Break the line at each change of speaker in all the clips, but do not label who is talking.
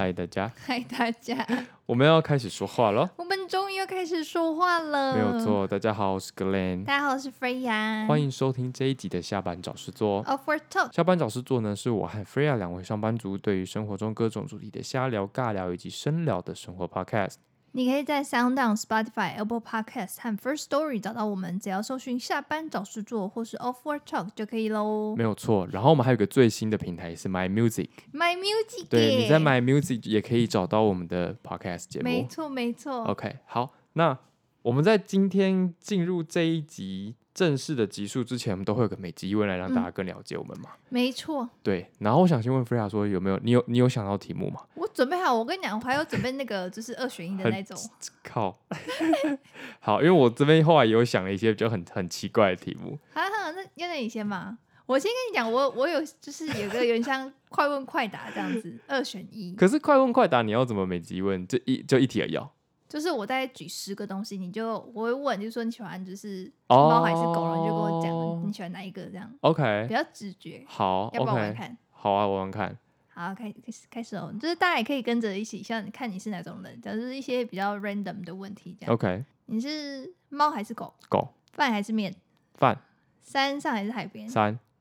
嗨，大家，
嗨，大家，
我们要开始说话了。
我们终于要开始说话了。
没有错，大家好，我是 Glenn，
大家好，我是 Freya，
欢迎收听这一集的下班找事做。
Off Work Talk。
下班找事做呢，是我和 Freya 两位上班族对于生活中各种主题的瞎聊、尬聊以及深聊的生活 podcast。
你可以在 SoundOn、Spotify、Apple Podcast 和 First Story 找到我们，只要搜寻下班找事做或是 Off Work Talk 就可以喽。
没有错，然后我们还有一个最新的平台是 My Music，My
Music，
对，你在 My Music 也可以找到我们的 podcast 节目。
没错，没错。
OK， 好，那我们在今天进入这一集正式的集数之前，我们都会有个每集疑问来让大家更了解我们嘛。
没错。
对，然后我想先问 Freya 说，你有想到题目吗？
我准备好，我跟你讲，我还有准备那个就是2选1的那种。
靠，好，因为我这边后来也有想了一些比较很奇怪的题目。
好，那要你先嘛。我先跟你讲，我有就是有个有点像快问快答这样子，2选1。
可是快问快答，你要怎么每集问？就一题而已哦。
就是我大概举10个东西，我会问，就是说你喜欢就是猫还是狗，然后你就跟我讲你喜欢哪一个这样。
OK，
比较直觉。
好，
要不要玩看？
好啊，我玩看。
好，开始哦。就是大家也可以跟着一起，像看你是哪种人，就是一些比较 random 的问题这样。
OK，
你是猫还是狗？
狗。
饭还是面？
饭。
山上还是海边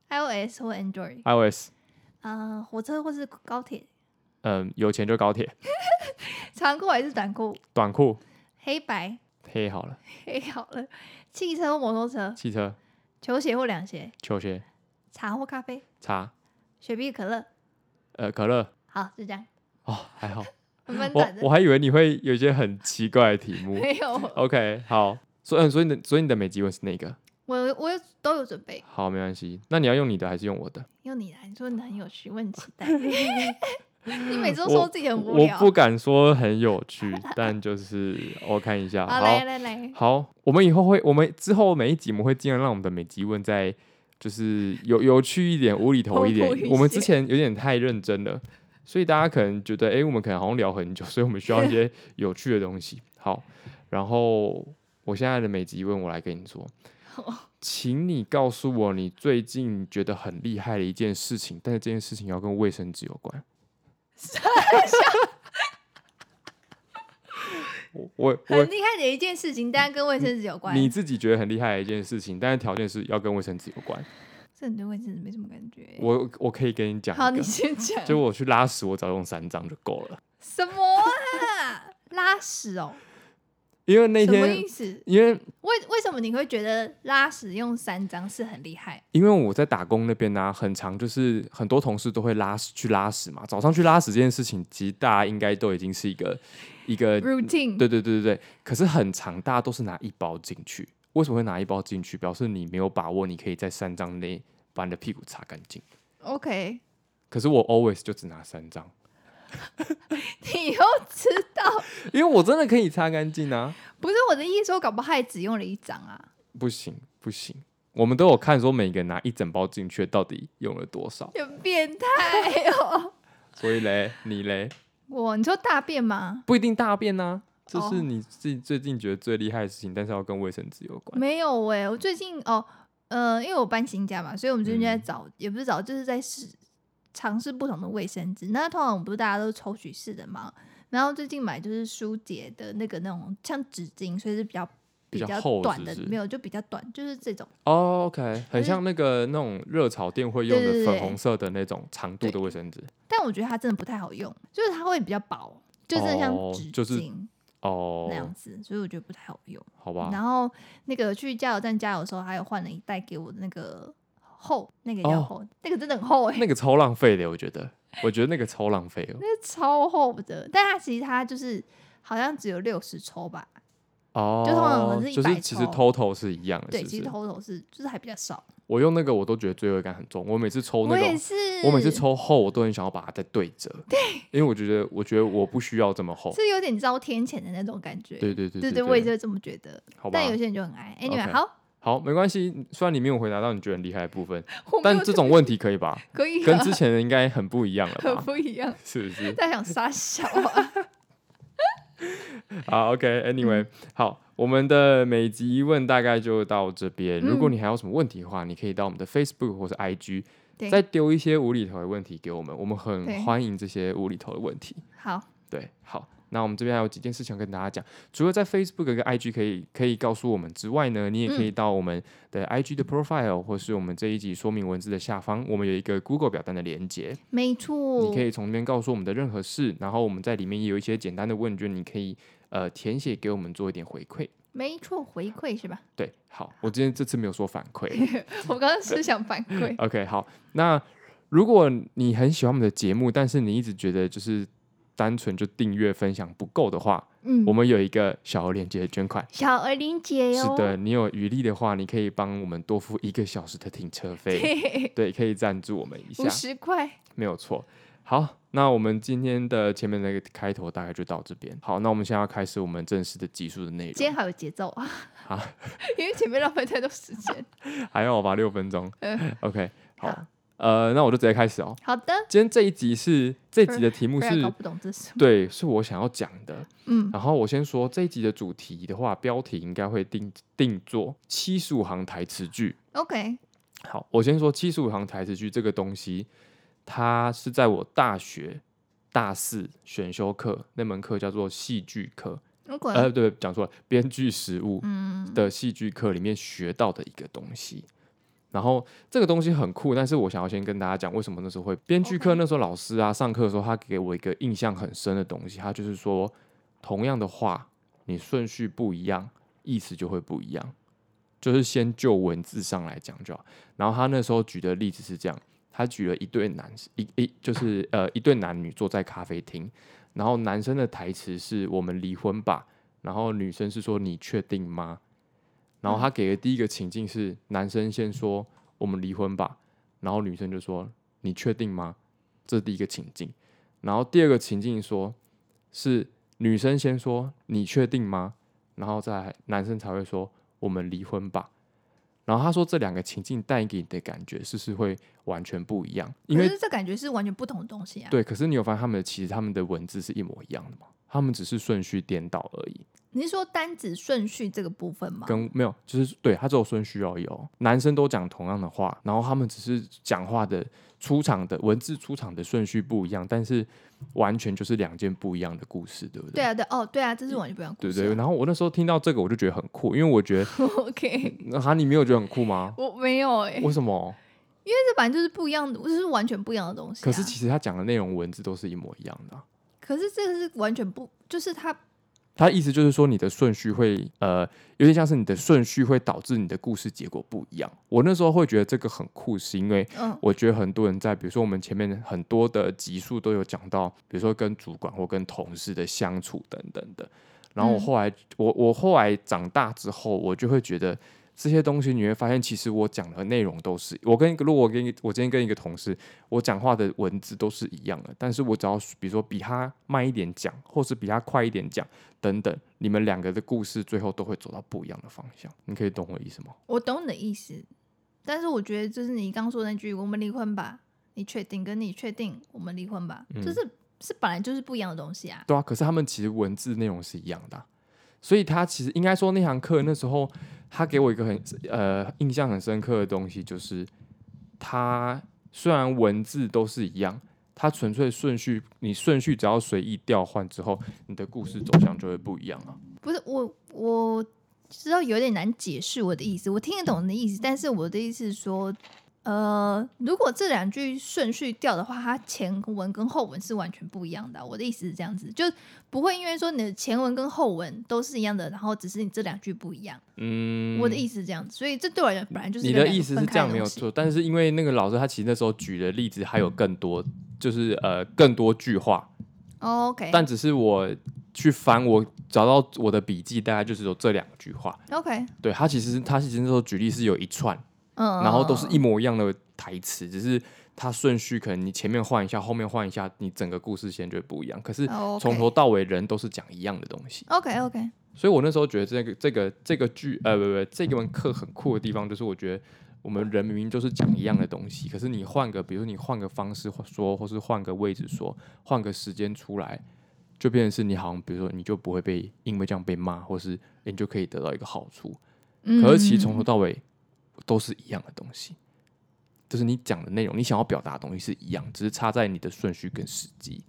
？3。
iOS 或 Android？
iOS。
火车或是高铁？
有钱就高铁。
长裤还是短裤？
短裤。
黑白？
黑好了。
黑好了。汽车或摩托车？
汽车。
球鞋或凉鞋？
球鞋。
茶或咖啡？
茶。
雪碧可乐？
可乐。
好，就这样。
哦，还好。
蛮短的。
我还以为你会有一些很奇怪的题目。
没有。
OK， 好。所以你的每集问是哪个？
我都有准备。
好，没关系。那你要用你的还是用我的？
用你的，你说你很有趣，我很期待。你每次都说自己很无聊。
我不敢说很有趣，但就是我看一下。
好，来。
好，我们之后每一集我们会尽量让我们的每集问在就是有趣一点、无厘头一点。我们之前有点太认真了，所以大家可能觉得，我们可能好像聊很久，所以我们需要一些有趣的东西。好，然后我现在的每集问我来跟你说。请你告诉我你最近觉得很厉害的一件事情，但是这件事情要跟卫生纸有关。我
很厉害的一件事情，但跟卫生纸有关。
你自己觉得很厉害的一件事情，但是条件是要跟卫生纸有关。
这你对卫生纸没什么感觉。
我可以跟你讲。
好，你先讲。
就我去拉屎，我只要用3张就够了。
什么啊？拉屎哦？
因为那天
什么意思？
因为
为什么你会觉得拉屎用3张是很厉害？
因为我在打工那边呢，很常就是很多同事都会去拉屎嘛。早上去拉屎这件事情，其实大家应该都已经是一个
routine。
对。可是很常大家都是拿1包进去。为什么会拿1包进去？表示你没有把握，你可以在3张内把你的屁股擦干净。
OK。
可是我 always 就只拿3张。
你又知道？
因为我真的可以擦干净啊。
不是我的意思说，搞不好还只用了1张啊。
不行，我们都有看说每个人拿1整包进去到底用了多少。
有变态哦。
所以嘞，你嘞？
你说大便吗？
不一定大便啊，这是你自己最近觉得最厉害的事情，但是要跟卫生纸有关。
没有我最近因为我搬新家嘛，所以我们最近就在找，也不是找，就是在尝试不同的卫生纸。那通常不是大家都是抽取式的嘛？然后最近买就是舒洁的那种像纸巾，所以是比较
厚
短的，
是不是？
没有就比较短，就是这种。
OK， 很像那种热炒店会用的粉红色的那种长度的卫生纸。
但我觉得它真的不太好用，就是它会比较薄，就真的像纸巾那样子，所以我觉得不太好用。
好吧。
然后那个去加油站加油的时候，还有换了1袋给我的那个厚，那个叫厚，那个真的很厚
那个超浪费的，我觉得那个超浪费哦。
那个超厚的，但它其实就是好像只有60抽吧。就通常可能是100抽，
就是其实 total 是一样的。
对，其实 total 是就是还比较少。
我用那个我都觉得罪恶感很重，我每次抽那个，
我也是，
我每次抽厚我都很想要把它再对折。对，因为我觉得我不需要这么厚，
是有点遭天谴的那种感觉。
对，
我也是这么觉得。
好吧，
但有些人就很爱。Anyway，
好，没关系。虽然你没有回答到你觉得很厉害的部分，但这种问题可以吧？
可以，
跟之前的应该很不一样了吧？
很不一样，
是不是？
他想杀小啊。
好 ，OK，Anyway，好，我们的每集疑问大概就到这边。如果你还有什么问题的话，你可以到我们的 Facebook 或是 IG 再丢一些无厘头的问题给我们，我们
对
很欢迎这些无厘头的问题。
好，
对，好，那我们这边还有几件事情跟大家讲，除了在 Facebook 跟 IG 可以告诉我们之外呢，你也可以到我们的 IG 的 profile，或是我们这一集说明文字的下方，我们有一个 Google 表单的连结，
没错，
你可以从那边告诉我们的任何事，然后我们在里面也有一些简单的问卷，你可以填写给我们做一点回馈。
没错，回馈是吧？
对，好，我今天这次没有说反馈。
我刚刚是想反馈。
OK， 好，那如果你很喜欢我们的节目，但是你一直觉得就是单纯就订阅分享不够的话，我们有一个小额连接的捐款，
小额连接
是的，你有余力的话，你可以帮我们多付1个小时的停车费，对，可以赞助我们一下
，50块，
没有错。好，那我们今天的前面那个开头大概就到这边。好，那我们现在要开始我们正式的集数的内容。
今天好有节奏啊！
好，
因为前面浪费太多时间。
还要吧，6分钟。OK， 好，那我就直接开始哦。
好的。
今天这一集的题目是，
搞不懂这是什么。
对，是我想要讲的。然后我先说这一集的主题的话，标题应该会定做75行台词剧。
OK。
好，我先说75行台词剧这个东西。它是在我大学大4选修课那门课叫做戏剧课，对，讲错了，编剧实务的戏剧课里面学到的一个东西。然后这个东西很酷，但是我想要先跟大家讲为什么那时候会编剧课。那时候老师啊上课的时候，他给我一个印象很深的东西，他就是说，同样的话，你顺序不一样，意思就会不一样，就是先就文字上来讲就好。然后他那时候举的例子是这样。他举了一对男女坐在咖啡厅，然后男生的台词是我们离婚吧，然后女生是说你确定吗？然后他给的第一个情境是男生先说我们离婚吧，然后女生就说你确定吗？这是第一个情境。然后第二个情境说是女生先说你确定吗？然后再来男生才会说我们离婚吧。然后他说这两个情境带给你的感觉是会完全不一样，因为
可是这感觉是完全不同的东西啊。
对，可是你有发现其实他们的文字是一模一样的吗？他们只是顺序颠倒而已。
你是说单指顺序这个部分吗？
没有，就是对，他只有顺序而已哦。男生都讲同样的话，然后他们只是讲话的文字出场的顺序不一样，但是完全就是2件不一样的故事，对不对？
对啊，对啊，这是完全不一样的故事。
对。然后我那时候听到这个，我就觉得很酷，因为我觉得
OK，
你没有觉得很酷吗？
我没有
为什么？
因为这本来就是不一样的，就是完全不一样的东西。
可是其实他讲的内容文字都是一模一样的。
可是这个是完全不，就是他
意思就是说，你的顺序会有点像是你的顺序会导致你的故事结果不一样。我那时候会觉得这个很酷，是因为我觉得很多人在比如说我们前面很多的集数都有讲到，比如说跟主管或跟同事的相处等等的。然后我后来长大之后，我就会觉得这些东西你会发现，其实我讲的内容都是如果我今天跟一个同事，我讲话的文字都是一样的，但是我只要比如说比他慢一点讲，或是比他快一点讲等等，你们2个的故事最后都会走到不一样的方向。你可以懂我的意思吗？
我懂你的意思，但是我觉得就是你刚说的那句"我们离婚吧"，你确定跟你确定我们离婚吧，是本来就是不一样的东西啊。
对啊，可是他们其实文字内容是一样的所以他其实应该说那堂课那时候他给我一个印象很深刻的东西，就是他虽然文字都是一样，他纯粹你顺序只要随意调换之后，你的故事走向就会不一样啊。
不是我知道有点难解释我的意思，我听得懂你的意思，但是我的意思是说，如果这2句顺序调的话，它前文跟后文是完全不一样的。我的意思是这样子，就不会因为说你的前文跟后文都是一样的，然后只是你这2句不一样。我的意思是这样子，所以这对我来讲本来就是
你的意思是这样没有错，但是因为那个老师他其实那时候举的例子还有更多，就是更多句话。
OK，
但只是我去翻，我找到我的笔记，大概就只有这2句话。
OK，
对他其实那时候举例是有一串。然后都是一模一样的台词，只是它顺序可能你前面换一下，后面换一下，你整个故事线就会不一样。可是从头到尾人都是讲一样的东西。
OK，
所以我那时候觉得这个剧这门课很酷的地方，就是我觉得我们人明明就是讲一样的东西，可是你比如说你换个方式说，或是换个位置说，换个时间出来，就变成是你好像比如说你就不会因为这样被骂，或是你就可以得到一个好处。可是其实从头到尾都是一样的东西， 就是你讲的内容，你想要表达的东西是一样，只是差在你的顺序跟时机。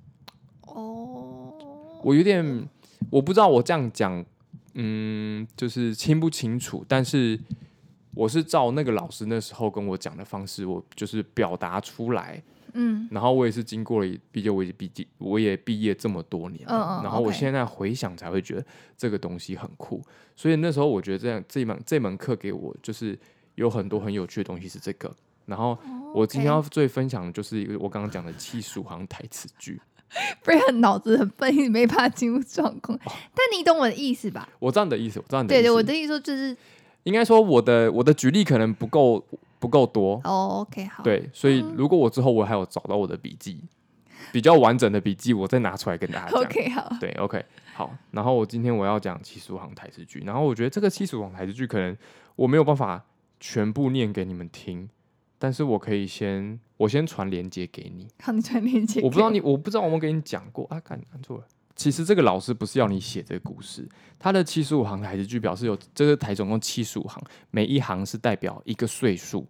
我有点我不知道我这样讲，就是清不清楚，但是我是照那个老师那时候跟我讲的方式，我就是表达出来。然后我也是经过了，毕竟我也毕业这么多年了，然后我现在回想才会觉得这个东西很酷，所以那时候我觉得这门课给我就是有很多很有趣的东西是这个。然后我今天要最分享的就是我刚刚讲的75行台词句。
不然脑子很笨，你没办法进入状况。但你懂我的意思吧？
我知道你的意思，
对对，我的意思就是
应该说我的举例可能不够多。
OK 好。
对，所以如果我之后我还有找到我的笔记，比较完整的笔记，我再拿出来跟大家讲。
OK 好。
对 OK 好。然后今天我要讲75行台词句，然后我觉得这个75行台词句可能我没有办法全部念给你们听，但是我可以先传连结给你。
好，你传连结。
我不知道我有没有跟你讲过啊？看错了。其实这个老师不是要你写这个故事，他的75行台词句表示有这个台总共75行，每一行是代表一个岁数。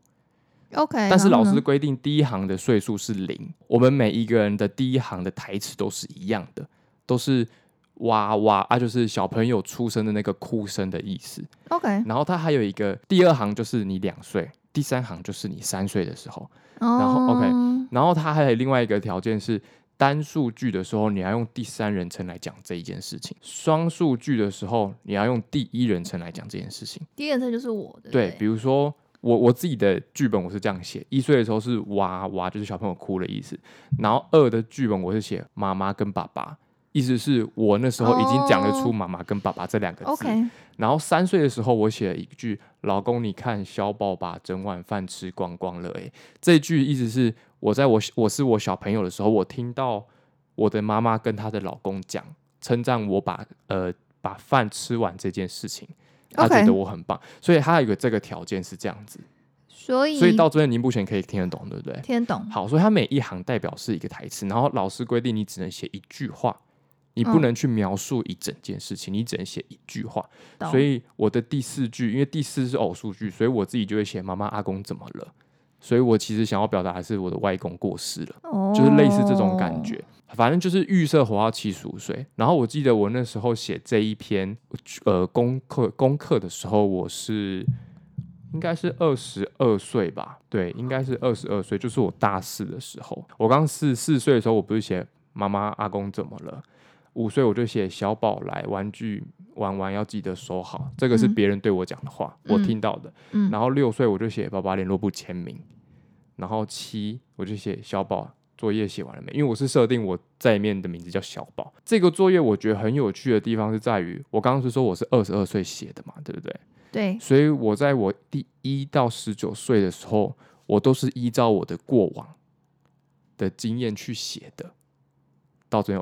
OK，
但是老师规定第一行的岁数是0，我们每一个人的第一行的台词都是一样的，都是哇哇啊，就是小朋友出生的那个哭声的意思。
OK，
然后他还有一个第二行就是你2岁，第3行就是你3岁的时候。然后 OK， 然后他还有另外一个条件是，单数句的时候你要用第3人称来讲这一件事情，双数句的时候你要用第1人称来讲这件事情。
第1人称就是我的。
对，比如说我自己的剧本我是这样写，1岁的时候是哇哇，就是小朋友哭的意思。然后2的剧本我是写妈妈跟爸爸，意思是我那时候已经讲得出妈妈跟爸爸这2个字。
Okay.
然后3岁的时候我写了一句，老公你看小宝把整碗饭吃光光了欸。这一句意思是我是我小朋友的时候，我听到我的妈妈跟她的老公讲，称赞我把饭吃完这件事情，他觉得我很棒。所以他有一个这个条件是这样子。所以到这边您目前可以听得懂，对不对？
听得懂。
好，所以他每一行代表是一个台词，然后老师规定你只能写1句话，你不能去描述一整件事情，你只能写1句话。所以我的第4句，因为第4是偶数句，所以我自己就会写妈妈阿公怎么了。所以我其实想要表达的是我的外公过世了，就是类似这种感觉。反正就是预设活到75岁。然后我记得我那时候写这一篇功课的时候，我是应该是22岁吧？对，应该是22岁，就是我大4的时候。我刚4岁的时候，我不是写妈妈阿公怎么了？5岁我就写小宝来，玩具玩完要记得收好，这个是别人对我讲的话，我听到的。然后6岁我就写爸爸联络簿签名，然后7我就写小宝作业写完了没？因为我是设定我在里面的名字叫小宝。这个作业我觉得很有趣的地方是在于，我刚刚是说我是22岁写的嘛，对不对？
对。
所以我在我第1到19岁的时候，我都是依照我的过往的经验去写的。到这边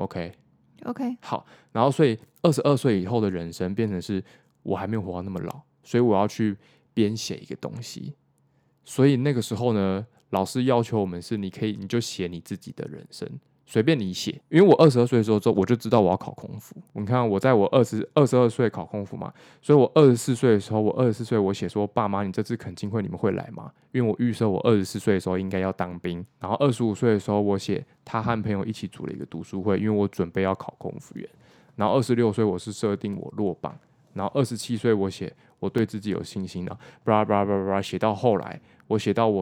OK。好，然后所以22岁以后的人生变成是我还没有活到那么老，所以我要去编写一个东西。所以那个时候呢，老师要求我们是你就写你自己的人生，随便你写。因为我22岁的时候我就知道我要考空服。你看我在我22岁考空服嘛，所以我24岁的时候，我写说爸妈你这次恳亲会你们会来吗？因为我预设我24岁的时候应该要当兵。然后25岁的时候我写他和朋友一起组了一个读书会，因为我准备要考空服员。然后26岁我是设定我落榜。然后27岁我写我对自己有信心了，巴拉巴拉巴拉，写到后来我写到我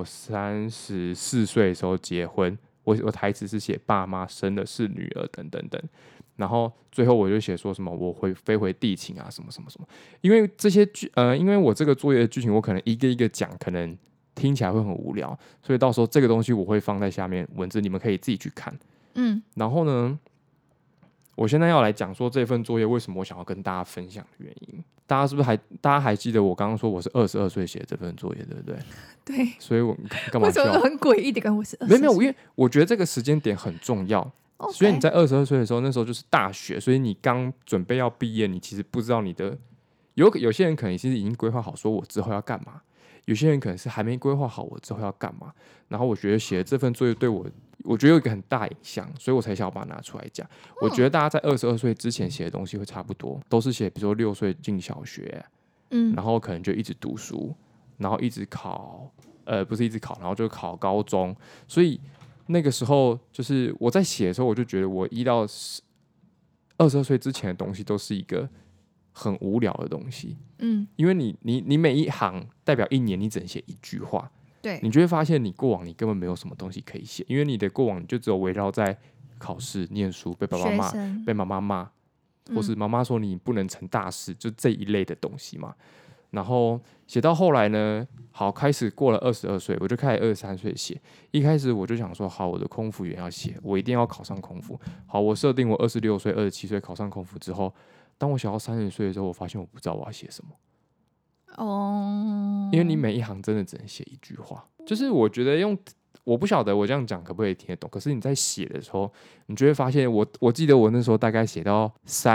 34岁的时候结婚，我台词是写爸妈生的是女儿等等等。然后最后我就写说什么我会飞回地勤啊什么什么什么。因为这些因为我这个作业的剧情我可能一个一个讲，可能听起来会很无聊，所以到时候这个东西我会放在下面文字，你们可以自己去看。然后呢，我现在要来讲说这份作业为什么我想要跟大家分享的原因。大家还记得我刚刚说我是22岁写的这份作业，对不对？
对。
所以我干嘛笑？
为什么很诡异的跟我是22岁？
没有，因为我觉得这个时间点很重要。所以你在22岁的时候，那时候就是大学，所以你刚准备要毕业，你其实不知道你的有些人可能其实已经规划好说我之后要干嘛，有些人可能是还没规划好我之后要干嘛。然后我觉得写的这份作业对我觉得有一个很大影响，所以我才想要把它拿出来讲。我觉得大家在22岁之前写的东西会差不多，都是写比如说6岁进小学，然后可能就一直读书，然后一直考不是一直考，然后就考高中，所以那个时候就是我在写的时候，我就觉得我1到22岁之前的东西都是一个很无聊的东西，因为你每一行代表1年，你只能写1句话，
对，
你就会发现你过往你根本没有什么东西可以写，因为你的过往你就只有围绕在考试、念书、被爸爸骂、被妈妈骂，或是妈妈说你不能成大事，就这一类的东西嘛。然后写到后来呢，好，开始过了22岁，我就开始23岁写。一开始我就想说，好，我的空服员要写，我一定要考上空服。好，我设定我26岁、27岁考上空服之后，当我写到30岁的时候，我发现我不知道我要写什么。因为你每一行真的只能写1句话，就是我觉得我不晓得我这样讲可不可以听得懂，可是你在写的时候，你就会发现我记得我那时候大概写到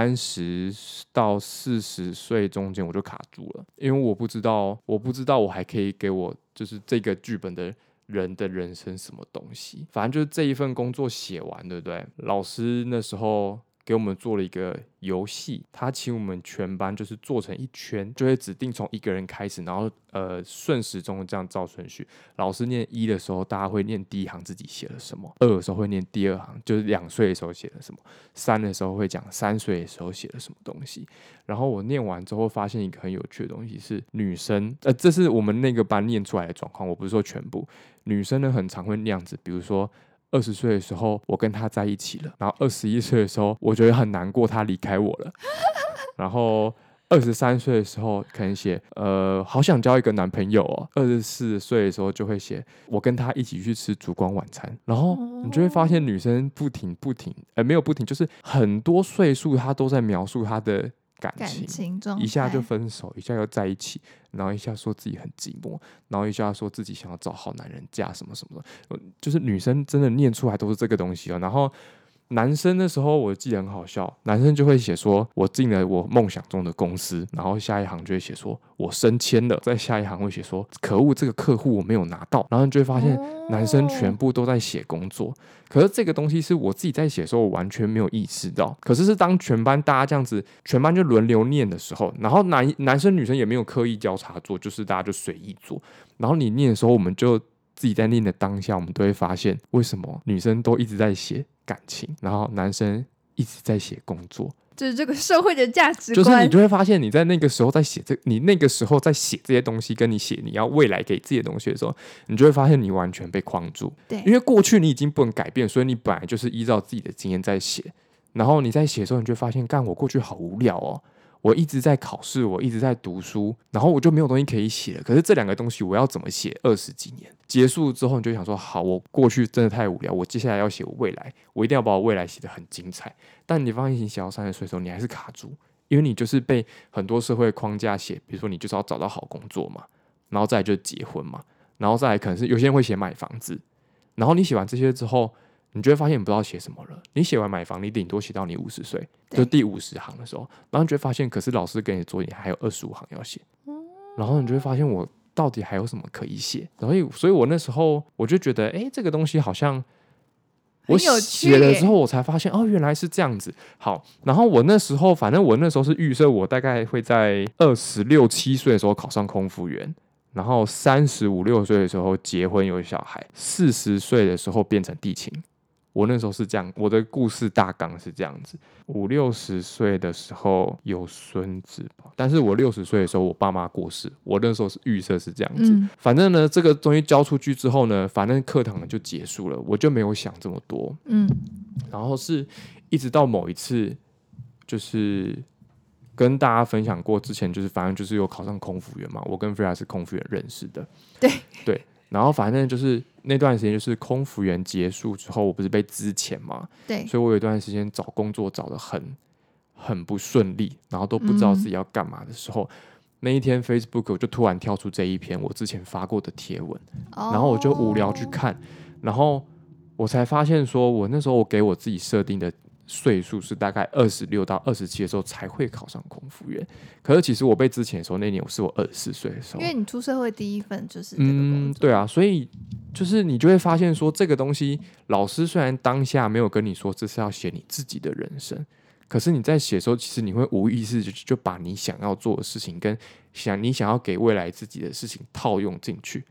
30到40岁中间我就卡住了，因为我不知道我还可以给我就是这个剧本的人的人生什么东西。反正就是这一份工作写完，对不对？老师那时候给我们做了一个游戏，他请我们全班就是做成一圈，就会指定从1个人开始，然后顺时钟这样照顺序。老师念1的时候，大家会念第1行自己写了什么；2的时候会念第2行，就是2岁的时候写了什么；3的时候会讲3岁的时候写了什么东西。然后我念完之后，发现一个很有趣的东西是，女生这是我们那个班念出来的状况，我不是说全部女生呢，很常会那样子，比如说20岁的时候我跟他在一起了，然后21岁的时候我觉得很难过他离开我了，然后23岁的时候可能写好想交一个男朋友哦，24岁的时候就会写我跟他一起去吃烛光晚餐，然后你就会发现女生不停没有不停，就是很多岁数她都在描述她的感情一下就分手，一下又在一起，然后一下说自己很寂寞，然后一下说自己想要找好男人嫁什么什么的，就是女生真的念出来都是这个东西哦。然后男生那时候我记得很好笑，男生就会写说我进了我梦想中的公司，然后下一行就会写说我升迁了，再下一行会写说可恶这个客户我没有拿到，然后你就会发现男生全部都在写工作。可是这个东西是我自己在写的时候我完全没有意识到，可是当全班大家这样子全班就轮流念的时候，然后男生女生也没有刻意交叉做，就是大家就随意做，然后你念的时候我们就自己在念的当下，我们都会发现为什么女生都一直在写感情，然后男生一直在写工作，
就是这个社会的价值观。
就是你就会发现你在那个时候在写你那个时候在写这些东西，跟你写你要未来给自己的东西的时候，你就会发现你完全被框住。
对，
因为过去你已经不能改变，所以你本来就是依照自己的经验在写，然后你在写的时候，你就会发现，干我过去好无聊哦。我一直在考试，我一直在读书，然后我就没有东西可以写了。可是这2个东西我要怎么写？20几年结束之后，你就想说，好，我过去真的太无聊，我接下来要写我未来，我一定要把我未来写得很精彩。但你发现你写到30岁的时候，你还是卡住，因为你就是被很多社会框架写，比如说你就是要找到好工作嘛，然后再来就是结婚嘛，然后再来可能是有些人会写买房子，然后你写完这些之后，你就会发现你不知道写什么了。你写完买房，你顶多写到你50岁，就第50行的时候，然后你就会发现，可是老师给你作业还有25行要写，然后你就会发现我到底还有什么可以写。所以我那时候我就觉得，这个东西好像我写了之后，我才发现哦，原来是这样子。好，然后我那时候，反正我那时候是预设我大概会在26、27岁的时候考上空服员。然后35、6岁的时候结婚有小孩，40岁的时候变成地勤。我那时候是这样，我的故事大纲是这样子：5、60岁的时候有孙子吧，但是我60岁的时候我爸妈过世，我那时候是预设是这样子。反正呢，这个东西交出去之后呢，反正课堂就结束了，我就没有想这么多。然后是一直到某一次，就是跟大家分享过之前，就是反正就是有考上空服员嘛，我跟 Freya 是空服员认识的。对，然后反正就是那段时间，就是空服员结束之后，我不是被资遣嘛，
对，
所以我有一段时间找工作找得很不顺利，然后都不知道自己要干嘛的时候，那一天 Facebook 我就突然跳出这一篇我之前发过的贴文，然后我就无聊去看，然后我才发现说，我那时候我给我自己设定的岁数是大概26到27的时候才会考上空服员，可是其实我被之前的时候，那年是我24岁的时候，
因为你出社会第一份就是这个工作，
对啊，所以就是你就会发现说，这个东西老师虽然当下没有跟你说这是要写你自己的人生，可是你在写的时候，其实你会无意识就把你想要做的事情跟你想要给未来自己的事情套用进去，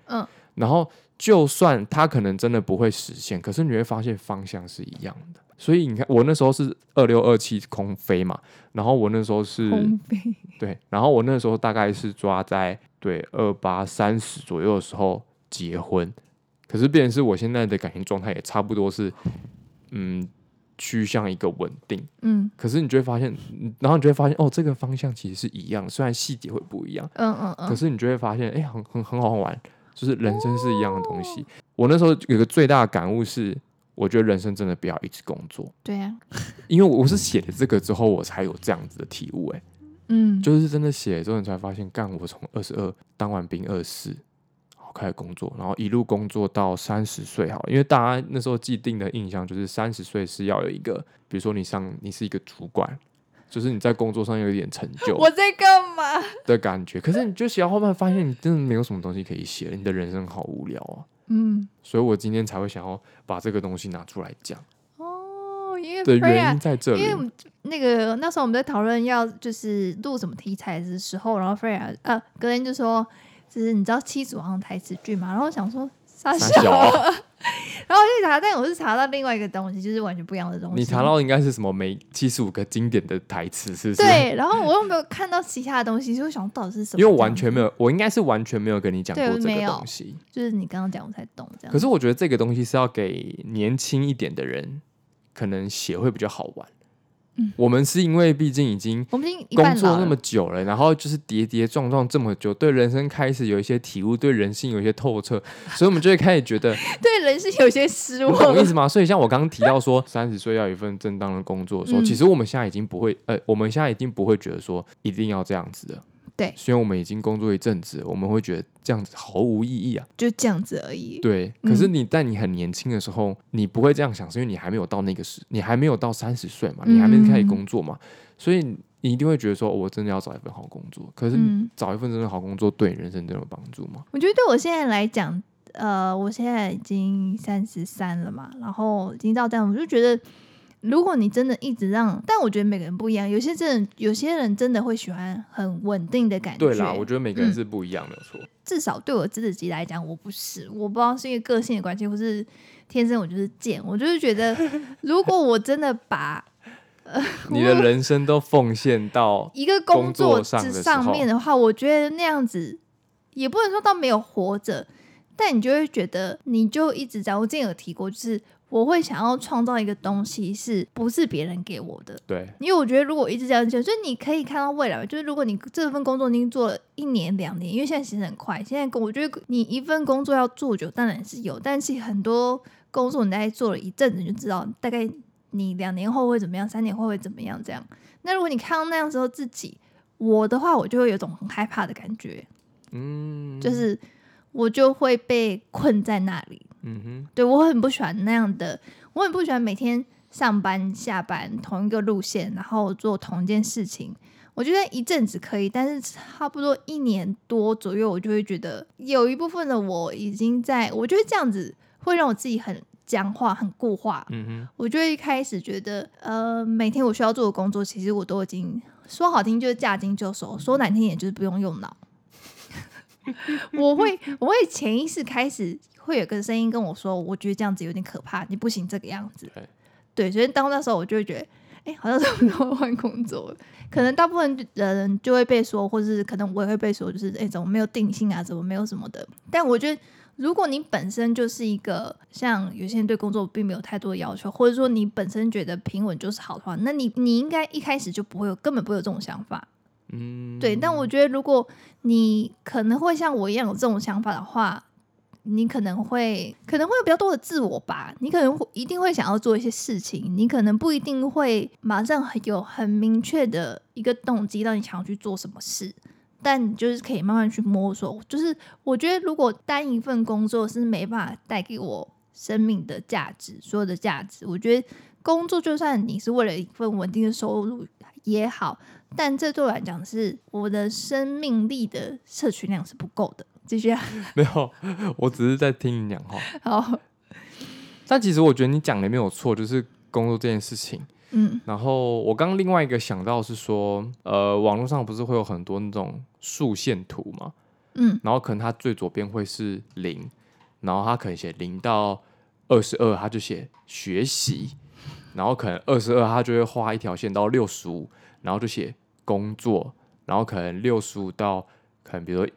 然后就算它可能真的不会实现，可是你会发现方向是一样的。所以你看，我那时候是26、27空飞嘛，然后我那时候是
空飞，
对，然后我那时候大概是抓在对28、30左右的时候结婚，可是变成是我现在的感情状态也差不多是趋向一个稳定，可是你就会发现，然后你就会发现哦，这个方向其实是一样，虽然细节会不一样，可是你就会发现，哎，很好玩，就是人生是一样的东西。我那时候有个最大的感悟是，我觉得人生真的不要一直工作。
对啊，
因为我是写了这个之后，我才有这样子的体悟，就是真的写了之后，你才发现，干我从22当完兵24。开始工作，然后一路工作到30岁，好，因为大家那时候既定的印象就是30岁是要有一个，比如说你是一个主管，就是你在工作上有一点成就，
我在干嘛
的感觉。可是你就写到后面发现，你真的没有什么东西可以写了，你的人生好无聊啊。所以我今天才会想要把这个东西拿出来讲。
因为
的原因在这里，
因为那时候我们在讨论要就是录什么题材的时候，然后Freya隔天就说。就是你知道七祖好像台词剧嘛，然后我想说傻小，然后我去查，但我是查到另外一个东西，就是完全不一样的东西。
你查到应该是什么每75个经典的台词，是不是？
对，然后我又没有看到其他的东西，所以我想到底是什么？
因为我完全没有，我应该是完全没有跟你讲过这个东西，
就是你刚刚讲我才懂这样。
可是我觉得这个东西是要给年轻一点的人，可能写会比较好玩。我们是因为毕竟已经工作那么久了，然后就是跌跌撞撞这么久，对人生开始有一些体悟，对人性有一些透彻，所以我们就会开始觉得
对人性有些失望，
懂意思吗？所以像我刚刚提到说30岁要有一份正当的工作的时候，其实我们现在已经不会，我们现在已经不会觉得说一定要这样子的。
对，
虽然我们已经工作一阵子，我们会觉得这样子毫无意义啊，
就这样子而已。
对，可是在你很年轻的时候，你不会这样想，是因为你还没有到那个你还没有到30岁嘛，你还没开始工作嘛，所以你一定会觉得说，我真的要找一份好工作。可是找一份真的好工作，对你人生真的有帮助吗？
我觉得对我现在来讲，我现在已经33了嘛，然后已经到这样，我就觉得。如果你真的一直但我觉得每个人不一样，有些人真的会喜欢很稳定的感觉。
对啦，我觉得每个人是不一样的，错。
至少对我自己来讲，我不是，我不知道是因为个性的关系，或是天生我就是贱，我就是觉得，如果我真的把
你的人生都奉献到
一个工作上面的话，我觉得那样子也不能说到没有活着，但你就会觉得你就一直在。我之前有提过，就是我会想要创造一个东西，是不是别人给我的？
对，
因为我觉得如果一直这样讲，所以你可以看到未来，就是如果你这份工作已经做了1年2年，因为现在其实很快，现在我觉得你一份工作要做久，当然是有，但是很多工作你大概做了一阵子，你就知道大概你2年后会怎么样，3年后会怎么样这样。那如果你看到那样时候自己，我的话，我就会有一种很害怕的感觉，就是我就会被困在那里。对，我很不喜欢那样的，我很不喜欢每天上班下班同一个路线，然后做同一件事情。我觉得一阵子可以，但是差不多1年多左右，我就会觉得有一部分的我已经我觉得这样子会让我自己很僵化、很固化。我就会开始觉得，每天我需要做的工作，其实我都已经说好听就是驾轻就熟，说难听也就是不用用脑。我会潜意识开始会有个声音跟我说，我觉得这样子有点可怕，你不行这个样子。对，所以当那时候我就会觉得，好像差不多换工作了。可能大部分人就会被说，或是可能我也会被说，就是怎么没有定性啊，怎么没有什么的。但我觉得，如果你本身就是一个像有些人对工作并没有太多的要求，或者说你本身觉得平稳就是好的话，那你应该一开始就根本不会有这种想法。对，但我觉得如果你可能会像我一样有这种想法的话，你可能会有比较多的自我吧，你可能一定会想要做一些事情，你可能不一定会马上有很明确的一个动机让你想要去做什么事，但你就是可以慢慢去摸索。就是我觉得如果单一份工作是没办法带给我生命的价值，所有的价值，我觉得工作就算你是为了一份稳定的收入也好，但这对我来讲是我的生命力的摄取量是不够的。继续啊，
没有，我只是在听你讲话。
好，
但其实我觉得你讲的没有错，就是工作这件事情。然后我刚另外一个想到是说，网络上不是会有很多那种竖线图嘛，然后可能它最左边会是0， 然后他可能写0到22，他就写学习，然后可能22他就会画一条线到65，然后就写工作，然后可能65到可能比如说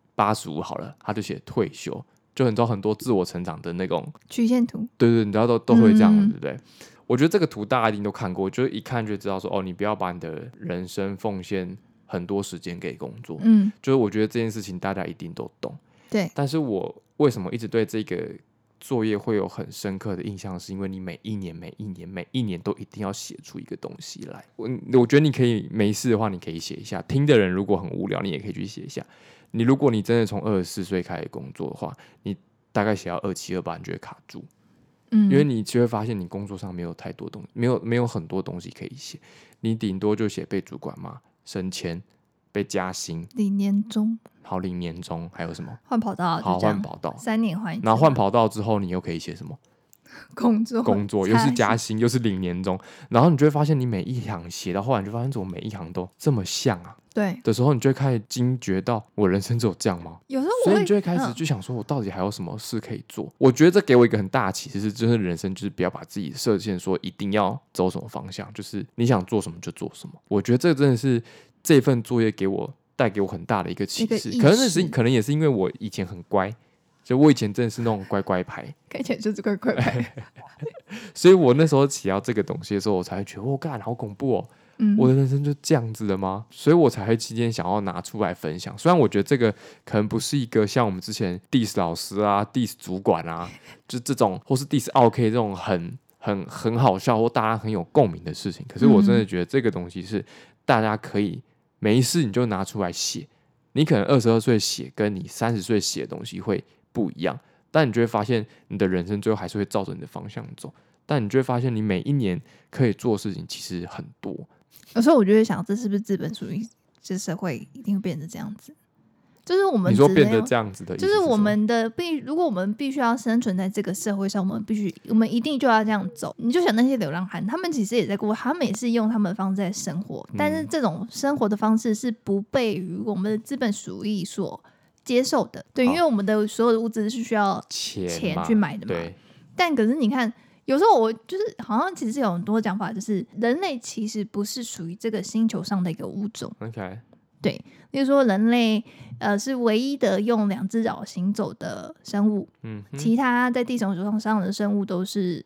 85好了，他就写退休，就你知道很多自我成长的那种
曲线图，
对对，你知道都会这样，对不对？我觉得这个图大家一定都看过，就是一看就知道说，哦，你不要把你的人生奉献很多时间给工作，就是我觉得这件事情大家一定都懂，
对。
但是我为什么一直对这个作业会有很深刻的印象，是因为你每一年都一定要写出一个东西来。我觉得你可以没事的话，你可以写一下。听的人如果很无聊，你也可以去写一下。如果你真的从24岁开始工作的话，你大概写到27、28，你就会卡住。因为你就会发现你工作上没有太多东西，没有很多东西可以写，你顶多就写被主管骂、升迁、被加薪、
领年终，
好领年终，还有什么
换跑道，
好换跑道
，3年换一次，
然后换跑道之后，你又可以写什么？
工作
又是加薪，又是领年终，然后你就会发现你每一行写到后来，你就发现怎么每一行都这么像啊？
对
的时候，你就会开始惊觉到，我人生只有这样吗？
有时候
所以你就会开始就想说，我到底还有什么事可以做？我觉得这给我一个很大的启示是，就是人生就是不要把自己设限，说一定要走什么方向，就是你想做什么就做什么。我觉得这真的是这份作业带给我很大的一个启示，可能也是因为我以前很乖。就我以前真的是那种乖乖牌，
看起来就是乖乖牌，
所以我那时候起到这个东西的时候，我才会觉得，我干好恐怖哦！我的人生就这样子了吗？所以我才会今天想要拿出来分享。虽然我觉得这个可能不是一个像我们之前 diss 老师啊、diss 主管啊，就这种，或是 diss OK 这种很好笑或大家很有共鸣的事情。可是我真的觉得这个东西是大家可以没事你就拿出来写。你可能22岁写，跟你30岁写的东西会不一样，但你就会发现你的人生最后还是会照着你的方向走，但你就会发现你每一年可以做的事情其实很多。
有时候我就会想，这是不是资本主义这社会一定会变成这样子？就是我们
你说变得这样子的意思是什么？
就是我们的如果我们必须要生存在这个社会上，我们一定就要这样走。你就想那些流浪汉，他们其实也在过，他们也是用他们的方式在生活，但是这种生活的方式是不被于我们的资本主义所接受的。对，因为我们的所有的物质是需要钱去买的嘛。
对。
但可是你看，有时候我就是好像其实有很多讲法，就是人类其实不是属于这个星球上的一个物种。
OK。
对，例如说人类是唯一的用2只脚行走的生物，其他在地球上的生物都是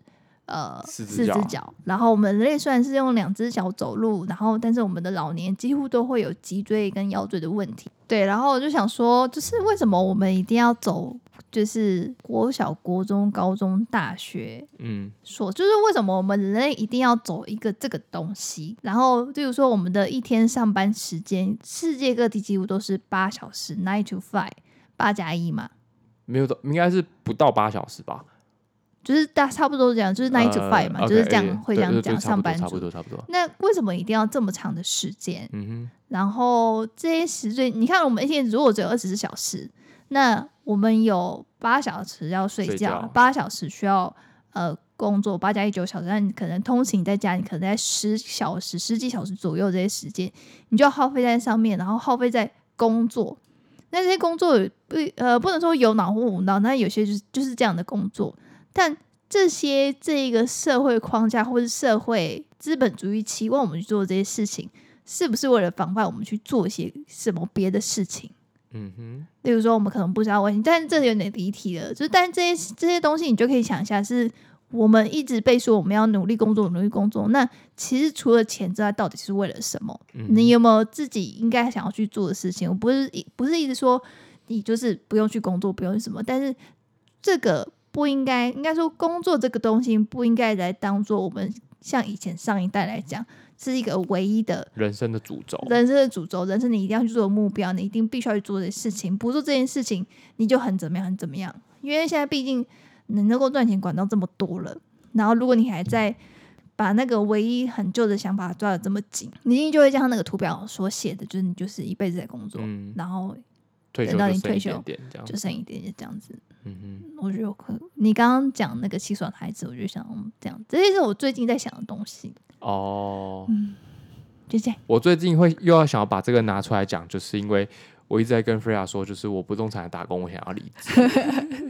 4只脚。然后我们人类虽然是用2只脚走路，但是我们的老年几乎都会有脊椎跟腰椎的问题。对，然后我就想说，就是为什么我们一定要走？就是国小、国中、高中、大学，就是为什么我们人类一定要走一个这个东西？然后，例如说我们的一天上班时间，世界各地几乎都是8小时 ，9 to 5，8+1嘛，
没有，应该是不到8小时吧？
就是差不多这样，就是9 to 5嘛，就是这样会这样讲上班族，
差不多。
那为什么一定要这么长的时间？然后这些时间，你看我们一天如果只有24小时。那我们有8小时要睡觉，8小时需要工作，8+1 9小时，那你可能通勤在家，你可能在10几小时左右这些时间，你就要耗费在上面，然后耗费在工作。那这些工作不能说有脑或无脑，那有些就是这样的工作。但这个社会框架或是社会资本主义期望我们去做这些事情，是不是为了防范我们去做一些什么别的事情？例如说我们可能不知道问题，但是这有点离题了。就是，但是这些东西你就可以想一下，是我们一直被说我们要努力工作，那其实除了钱之外，到底是为了什么？你有没有自己应该想要去做的事情？我不是一直说你就是不用去工作，不用什么，但是这个不应该说工作这个东西不应该来当做我们像以前上一代来讲。是一个唯一的
人生的主轴，
人生你一定要去做的目标，你一定必须要去做的事情，不做这件事情你就很怎么样，因为现在毕竟你能够赚钱管道这么多了，然后如果你还在把那个唯一很旧的想法抓得这么紧，你一定就会像那个图表所写的，就是你就是一辈子在工作，然后等到你退休就剩一点点这样子。我觉得你刚刚讲那个7爽的孩子，我就想这样，这些是我最近在想的东西。就这样。
我最近又要想要把这个拿出来讲，就是因为我一直在跟 Freya 说，就是我不动产的打工，我想要离职。
对，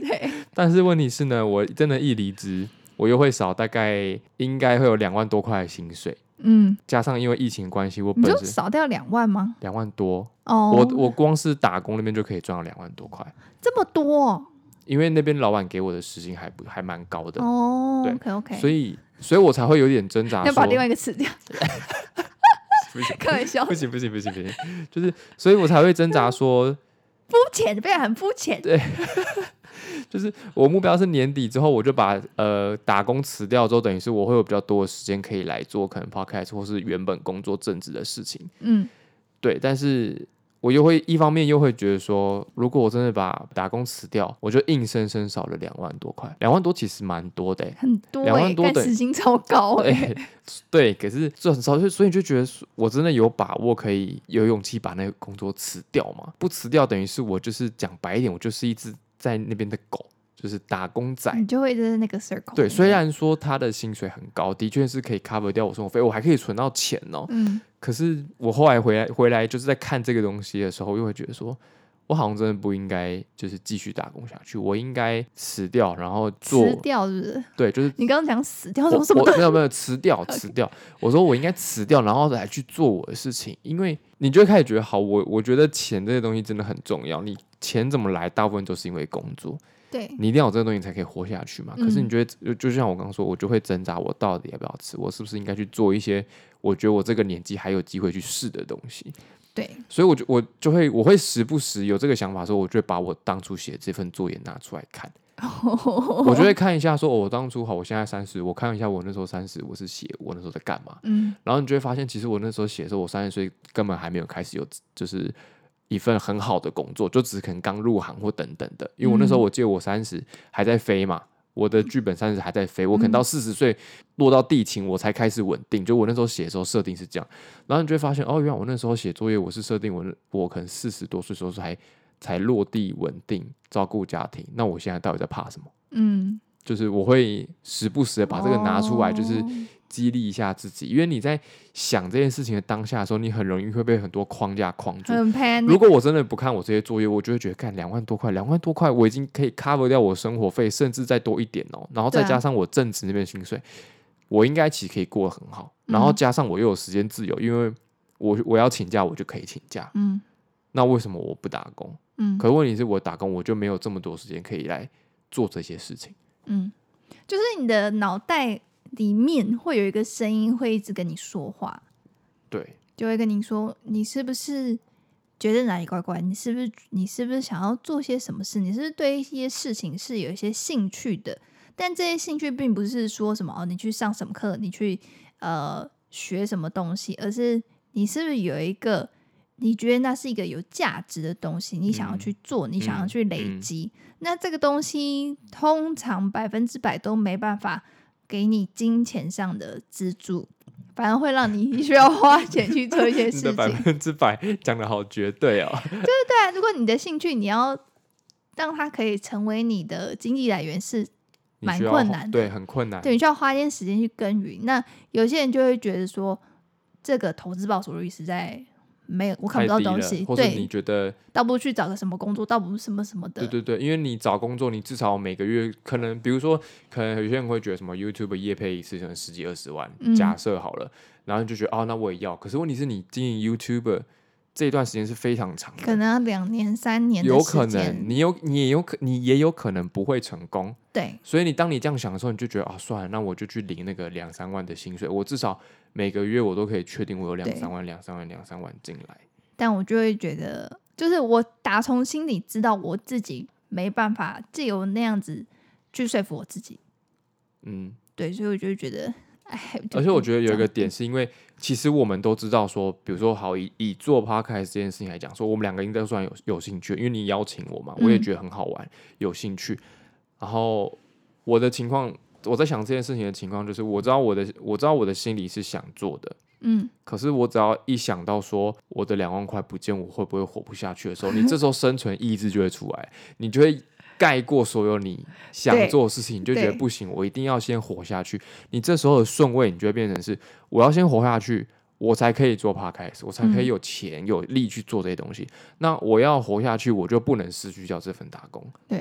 但是问题是呢，我真的一离职，我又会少大概应该会有2万多块的薪水。加上因为疫情关系，我
你就少掉2万吗
？2万多
哦，
我光是打工那边就可以赚到2万多块，
这么多哦？
因为那边老板给我的时薪还蛮高的
哦。
对
OK，
所以我才会有点挣扎说，
要把另外一个辞掉。开玩笑，
不行，就是所以我才会挣扎说
肤浅，变得很肤浅。
对，就是我目标是年底之后，我就把打工辞掉之后，等于是我会有比较多的时间可以来做可能 podcast 或是原本工作正职的事情。对，但是我又会一方面又会觉得说，如果我真的把打工辞掉，我就硬生生少了2万多块，2万多其实蛮多的
很多
2万多
但时薪超高
对，可是这很少，所以你就觉得我真的有把握可以有勇气把那个工作辞掉吗？不辞掉，等于是我就是讲白一点，我就是一只在那边的狗。就是打工仔，
你就会在那个 circle。
对，虽然说他的薪水很高，的确是可以 cover 掉我生活费，我还可以存到钱哦。可是我后来回来就是在看这个东西的时候，又会觉得说，我好像真的不应该就是继续打工下去，我应该辞掉，然后做
辞掉，是不是？
对，就是
你刚刚讲死掉，什么？
没有辞掉，辞掉。我说我应该辞掉，然后来去做我的事情，因为你就会开始觉得，好，我觉得钱这些东西真的很重要，你钱怎么来，大部分都是因为工作。
对，
你一定要有这个东西才可以活下去嘛。可是你觉得，就像我刚刚说，我就会挣扎，我到底要不要吃？我是不是应该去做一些我觉得我这个年纪还有机会去试的东西？
对，
所以我会时不时有这个想法的时候，我就会把我当初写的这份作业拿出来看，我就会看一下说，我当初好，我现在30，我看一下我那时候30，我是写我那时候在干嘛。然后你就会发现，其实我那时候写的时候，我30岁根本还没有开始有就是一份很好的工作，就只可能刚入行或等等的。因为我那时候我记得我30还在飞嘛，我的剧本30还在飞，我可能到40岁落到地勤我才开始稳定。就我那时候写的时候设定是这样，然后你就会发现，哦，原来我那时候写作业我是设定我可能40多岁的时候才落地稳定照顾家庭。那我现在到底在怕什么？就是我会时不时的把这个拿出来，就是激励一下自己，因为你在想这件事情的当下的时候，你很容易会被很多框架框住。如果我真的不看我这些作业，我就会觉得，干2万多块，我已经可以 cover 掉我生活费，甚至再多一点哦。然后再加上我正职那边的薪水，我应该其实可以过得很好。然后加上我又有时间自由，因为我要请假，我就可以请假。那为什么我不打工？可是问题是我打工，我就没有这么多时间可以来做这些事情。
就是你的脑袋里面会有一个声音会一直跟你说话，
对，
就会跟你说，你是不是觉得哪里怪怪？你是不是想要做些什么事？你是不是对一些事情是有一些兴趣的？但这些兴趣并不是说什么你去上什么课，你去学什么东西，而是你是不是有一个你觉得那是一个有价值的东西，你想要去做，你想要去累积。那这个东西通常100%都没办法给你金钱上的资助，反而会让你需要花钱去做一些事情。
你的100%讲得好绝对哦。
就是对啊，如果你的兴趣你要让它可以成为你的经济来源是蛮困难的，
对，很困难。
对，你需要花一点时间去耕耘。那有些人就会觉得说，这个投资报酬率实在没有，我看不到东西，
或者你觉得
倒不如去找个什么工作，倒不如什么什么的。
对，因为你找工作，你至少每个月可能，比如说，可能有些人会觉得什么 YouTube 业配一次可能10几20万，假设好了，然后你就觉得哦，那我也要。可是问题是你经营 YouTube 这一段时间是非常长的，
可能要2年3年的时间，
有可能你也有可能不会成功。
对，
所以当你这样想的时候，你就觉得啊，算了，那我就去领那个2、3万的薪水，我至少每个月我都可以确定我有2、3万进来。
但我就会觉得，就是我打从心里知道我自己没办法借由那样子去说服我自己。对，所以我就觉得，
而且我觉得有一个点是因为，其实我们都知道说，比如说好以做 podcast 这件事情来讲，说我们2个应该算有兴趣，因为你邀请我嘛，我也觉得很好玩，有兴趣。然后我的情况，我在想这件事情的情况，就是我知道我的心里是想做的，可是我只要一想到说我的2万块不见，我会不会活不下去的时候，你这时候生存意志就会出来，你就会盖过所有你想做的事情，你就觉得不行，我一定要先活下去。你这时候的顺位，你就会变成是我要先活下去，我才可以做 podcast， 我才可以有钱有力去做这些东西。那我要活下去，我就不能失去掉这份打工。
对，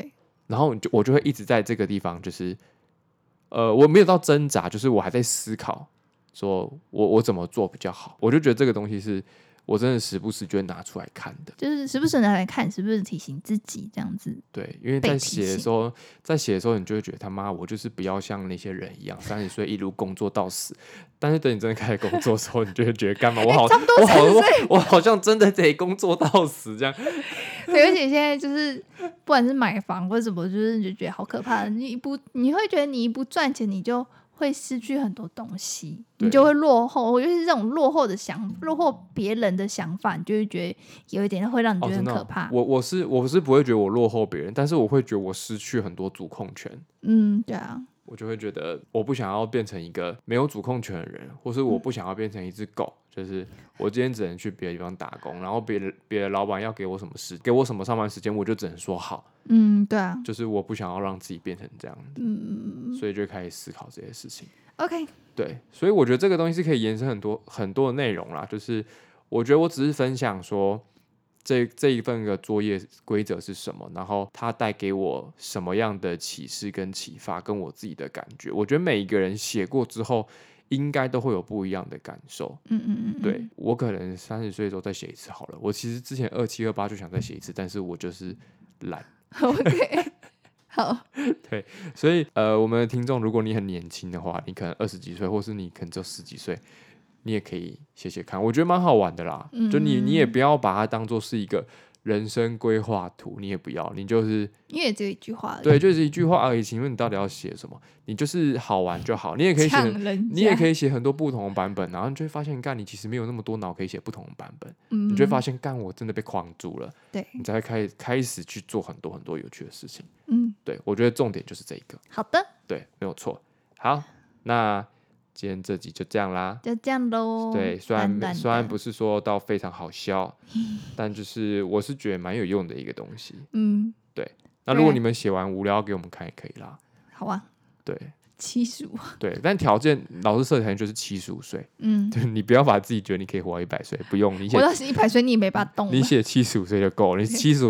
然后我就会一直在这个地方，就是我没有到挣扎，就是我还在思考，说我怎么做比较好。我就觉得这个东西是我真的时不时就会拿出来看的，
就是时不时拿来看，时不时提醒自己这样子。
对，因为在写的时候，你就会觉得他妈我就是不要像那些人一样30岁一路工作到死。但是等你真的开始工作的时候，你就会觉得干嘛？我好像真的得工作到死这样。
对，而且现在就是不管是买房或者什么，就是你就觉得好可怕。你会觉得你一不赚钱，你就会失去很多东西，你就会落后。尤其是这种落后别人的想法，你就会觉得有一点会让你觉得很可怕。
我是不会觉得我落后别人，但是我会觉得我失去很多主控权。
对啊。
我就会觉得我不想要变成一个没有主控权的人，或是我不想要变成一只狗，就是我今天只能去别的地方打工，然后别的老板要给我什么上班时间，我就只能说好。
对啊，
就是我不想要让自己变成这样子，所以就开始思考这些事情。
OK，
对，所以我觉得这个东西是可以延伸很多的内容啦。就是我觉得我只是分享说这一份的作业规则是什么，然后它带给我什么样的启示跟启发，跟我自己的感觉。我觉得每一个人写过之后，应该都会有不一样的感受。对，我可能30岁之后再写一次好了。我其实之前27、28就想再写一次，但是我就是懒。
OK， 好。
对，所以我们的听众，如果你很年轻的话，你可能20几岁，或是你可能只有10几岁，你也可以写写看，我觉得蛮好玩的啦。就你也不要把它当做是一个人生规划图，你也不要，你就是
因为只有一句话而已，
对，就是一句话而已。请问你到底要写什么？你就是好玩就好，你也可以写很多不同的版本，然后你就会发现，干你其实没有那么多脑可以写不同的版本，你就会发现，干我真的被框住了。
对，
你才会开始去做很多很多有趣的事情。对，我觉得重点就是这一个。
好的，
对，没有错。好，那今天这集就这样啦，
就这样咯。
对，虽然不是说到非常好笑，但就是我是觉得蛮有用的一个东西。对。那如果你们写完无聊给我们看也可以啦。
好啊。
对。
75。
对，但条件老师设条件就是75岁。对，你不要把自己觉得你可以活到100岁，不用。
我要是100岁，你也没办法动。
你写75岁就够了，你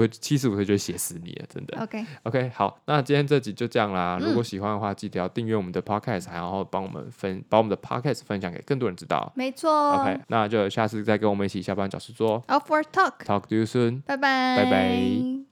75岁就写死你了，真的。OK， 好，那今天这集就这样啦。如果喜欢的话，记得要订阅我们的 Podcast， 然后把我们的 Podcast 分享给更多人知道。
没错。
OK， 那就下次再跟我们一起下班找事做。
Off Work Talk，
Talk to you soon，
拜拜，
拜拜。